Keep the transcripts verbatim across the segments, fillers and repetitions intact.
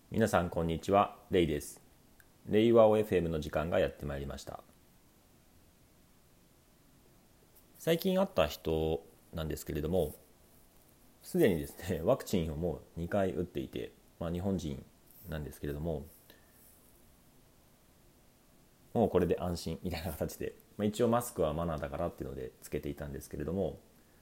皆さんこんにちは、レイです。レイワオ エフエム の時間がやってまいりました。最近会った人なんですけれども、すでにですね、ワクチンをもうにかい打っていて、まあ、日本人なんですけれども、もうこれで安心みたいな形で、まあ、一応マスクはマナーだからっていうのでつけていたんですけれども、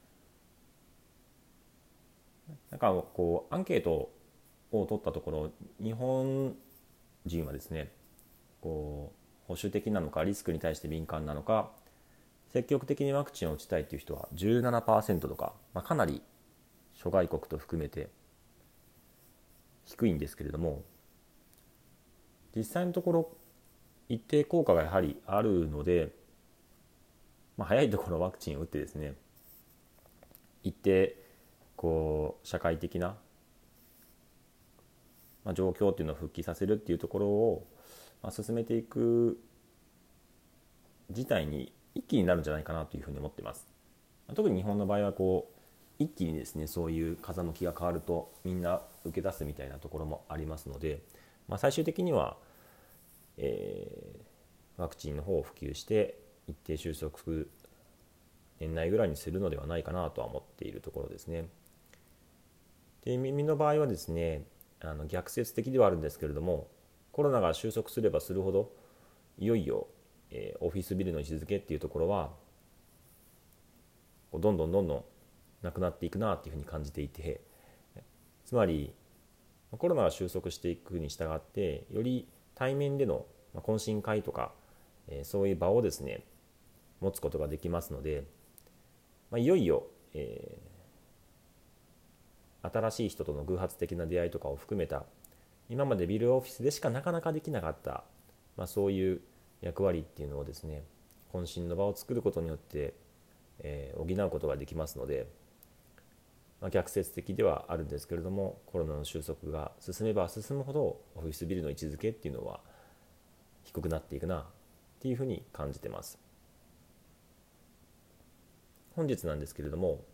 なんかこうアンケートを取ったところ、日本人はですね、こう保守的なのかリスクに対して敏感なのか、積極的にワクチンを打ちたいという人はじゅうななパーセントとか、まあ、かなり諸外国と含めて低いんですけれども、実際のところ一定効果がやはりあるので、まあ、早いところワクチンを打ってですね、一定こう社会的な、まあ、状況っていうのを復帰させるっていうところを、まあ、進めていく事態に一気になるんじゃないかなというふうに思っています。特に日本の場合はこう一気にですね、そういう風向きが変わるとみんな受け出すみたいなところもありますので、まあ、最終的には、えー、ワクチンの方を普及して一定収束年内ぐらいにするのではないかなとは思っているところですね。で、耳の場合はですね、あの逆説的ではあるんですけれども、コロナが収束すればするほどいよいよ、えー、オフィスビルの位置づけっていうところはどんどんどんどんなくなっていくなっていうふうに感じていて、つまりコロナが収束していくに従ってより対面での懇親会とか、えー、そういう場をですね持つことができますので、まあ、いよいよ、えー、新しい人との偶発的な出会いとかを含めた今までビルオフィスでしかなかなかできなかった、まあ、そういう役割っていうのをですね、懇親の場を作ることによって、えー、補うことができますので、まあ、逆説的ではあるんですけれども、コロナの収束が進めば進むほどオフィスビルの位置づけっていうのは低くなっていくなっていうふうに感じてます。本日なんですけれども、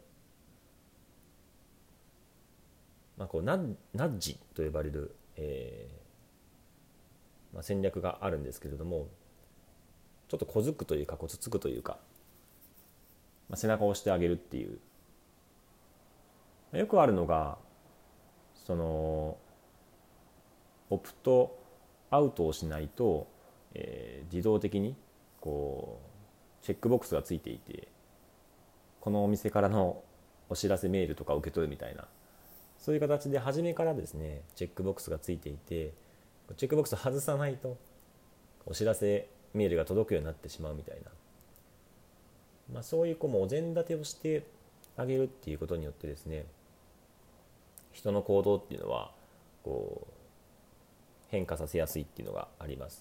まあ、こうナッナッジと呼ばれる、えーまあ、戦略があるんですけれども、ちょっと小づくというかこつつくというか、まあ、背中を押してあげるっていう、まあ、よくあるのがそのオプトアウトをしないと、えー自動的にこうチェックボックスがついていて、このお店からのお知らせメールとか受け取るみたいな、そういう形で初めからですねチェックボックスがついていて、チェックボックスを外さないとお知らせメールが届くようになってしまうみたいな、まあ、そういうこうもお膳立てをしてあげるっていうことによってですね、人の行動っていうのはこう変化させやすいっていうのがあります。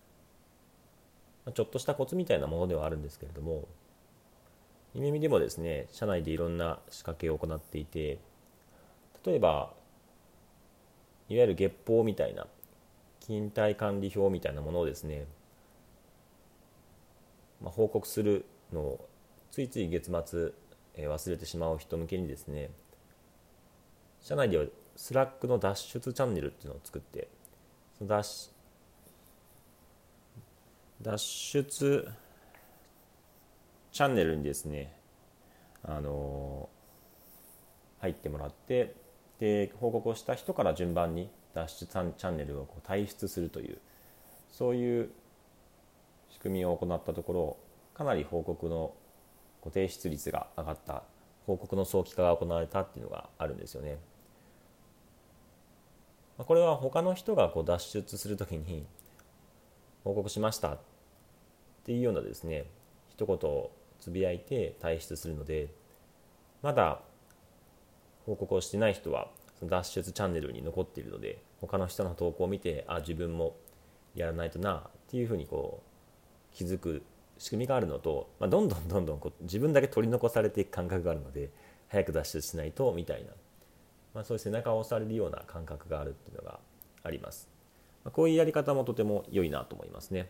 ちょっとしたコツみたいなものではあるんですけれども、夢見でもですね社内でいろんな仕掛けを行っていて、例えばいわゆる月報みたいな勤怠管理表みたいなものをですね、まあ、報告するのをついつい月末、えー忘れてしまう人向けにですね、社内ではスラックの脱出チャンネルっていうのを作って、その脱脱出チャンネルにですね、あのー入ってもらって、で報告をした人から順番に脱出チャンネルをこう退出するという、そういう仕組みを行ったところ、かなり報告の提出率が上がった、報告の早期化が行われたっていうのがあるんですよね。これは他の人がこう脱出するときに報告しましたっていうようなですね一言をつぶやいて退出するので、まだ報告をしてない人はその脱出チャンネルに残っているので、他の人の投稿を見て、あ自分もやらないとなっていうふうにこう気づく仕組みがあるのと、まあ、どんどんどんどんこう自分だけ取り残されていく感覚があるので、早く脱出しないとみたいな、まあ、そういう背中を押されるような感覚があるっていうのがあります。まあ、こういうやり方もとても良いなと思いますね。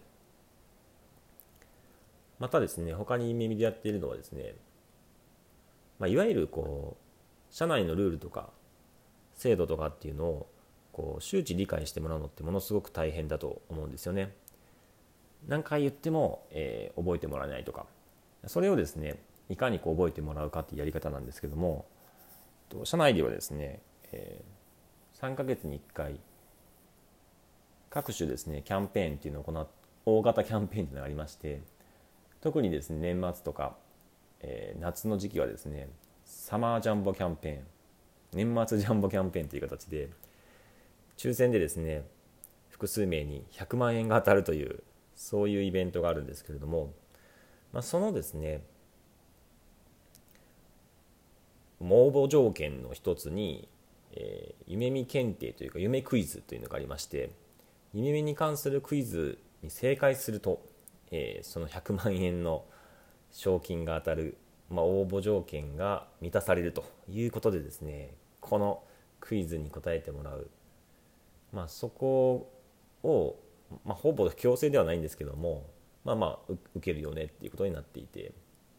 またですね、他に耳でやっているのはですね、まあ、いわゆるこう社内のルールとか制度とかっていうのをこう周知理解してもらうのってものすごく大変だと思うんですよね。何回言っても、えー覚えてもらえないとか、それをですねいかにこう覚えてもらうかっていうやり方なんですけども、社内ではですね、えー、さんかげつにいっかい各種ですねキャンペーンっていうのを行っ大型キャンペーンっていうのがありまして、特にですね年末とか、えー夏の時期はですねサマージャンボキャンペーン、年末ジャンボキャンペーンという形で抽選でですね複数名にひゃくまんえんが当たるという、そういうイベントがあるんですけれども、まあ、そのですね応募条件の一つに、えー夢見検定というか夢クイズというのがありまして、夢見に関するクイズに正解すると、えーそのひゃくまんえんの賞金が当たる、まあ、応募条件が満たされるということでですね、このクイズに答えてもらう、まあ、そこを、まあ、ほぼ強制ではないんですけども、まあまあ受けるよねっていうことになっていて、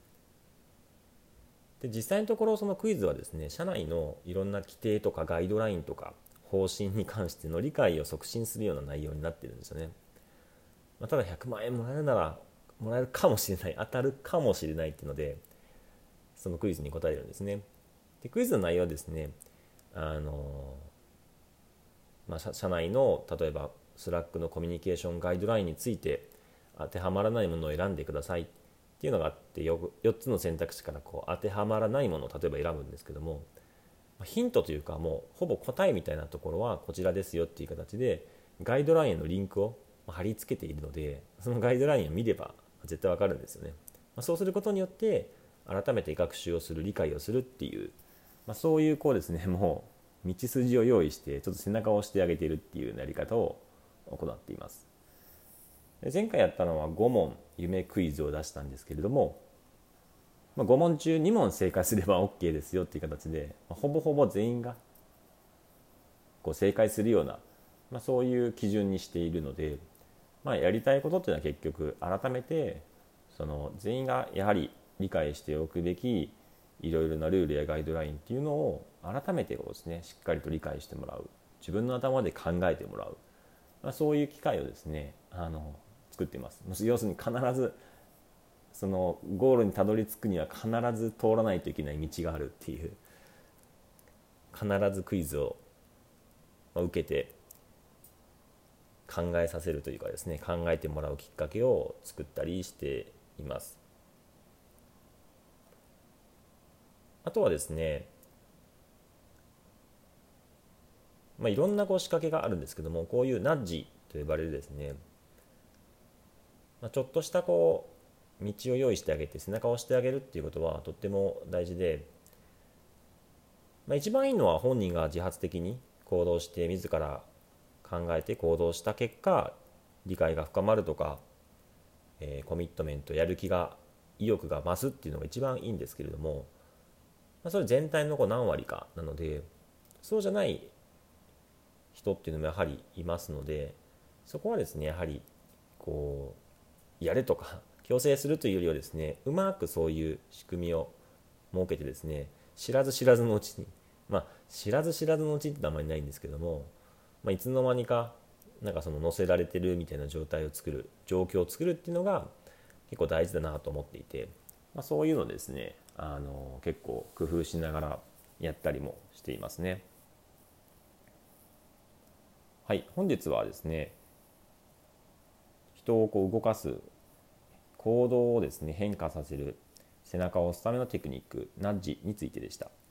で実際のところそのクイズはですね社内のいろんな規定とかガイドラインとか方針に関しての理解を促進するような内容になっているんですよね。まあ、ただひゃくまんえんもらえるならもらえるかもしれない、当たるかもしれないっていうのでそのクイズに答えるんですね。でクイズの内容はですね、あの、まあ、社社内の例えばスラックのコミュニケーションガイドラインについて当てはまらないものを選んでくださいっていうのがあって、 よっつの選択肢からこう当てはまらないものを例えば選ぶんですけども、ヒントというかもうほぼ答えみたいなところはこちらですよっていう形でガイドラインへのリンクを貼り付けているので、そのガイドラインを見れば絶対わかるんですよね。まあ、そうすることによって改めて学習をする、理解をするっていう、まあ、そういうこうですねもう道筋を用意してちょっと背中を押してあげているっていうやり方を行っています。で前回やったのはご問夢クイズを出したんですけれども、まあ、ご問中に問正解すれば OK ですよっていう形で、まあ、ほぼほぼ全員がこう正解するような、まあ、そういう基準にしているので、まあ、やりたいことっていうのは結局改めてその全員がやはり理解しておくべきいろいろなルールやガイドラインっていうのを改めてこうですねしっかりと理解してもらう、自分の頭で考えてもらう、まあ、そういう機会をですねあの作っています。要するに必ずそのゴールにたどり着くには必ず通らないといけない道があるっていう、必ずクイズを受けて考えさせるというかですね、考えてもらうきっかけを作ったりしています。あとはですね、まあ、いろんなこう仕掛けがあるんですけども、こういうナッジと呼ばれるですね、まあ、ちょっとしたこう道を用意してあげて背中を押してあげるっていうことはとっても大事で、まあ、一番いいのは本人が自発的に行動して自ら考えて行動した結果理解が深まるとか、えーコミットメントやる気が意欲が増すっていうのが一番いいんですけれども、まあ、それ全体のこう何割かなので、そうじゃない人っていうのもやはりいますので、そこはですねやはりこうやれとか強制するというよりはですね、うまくそういう仕組みを設けてですね、知らず知らずのうちに、まあ知らず知らずのうちってあんまりないんですけども、まあ、いつの間にかなんかその乗せられてるみたいな状態を作る、状況を作るっていうのが結構大事だなと思っていて、まあ、そういうのですねあの結構工夫しながらやったりもしていますね。はい、本日はですね人をこう動かす行動をですね変化させる背中を押すためのテクニックナッジについてでした。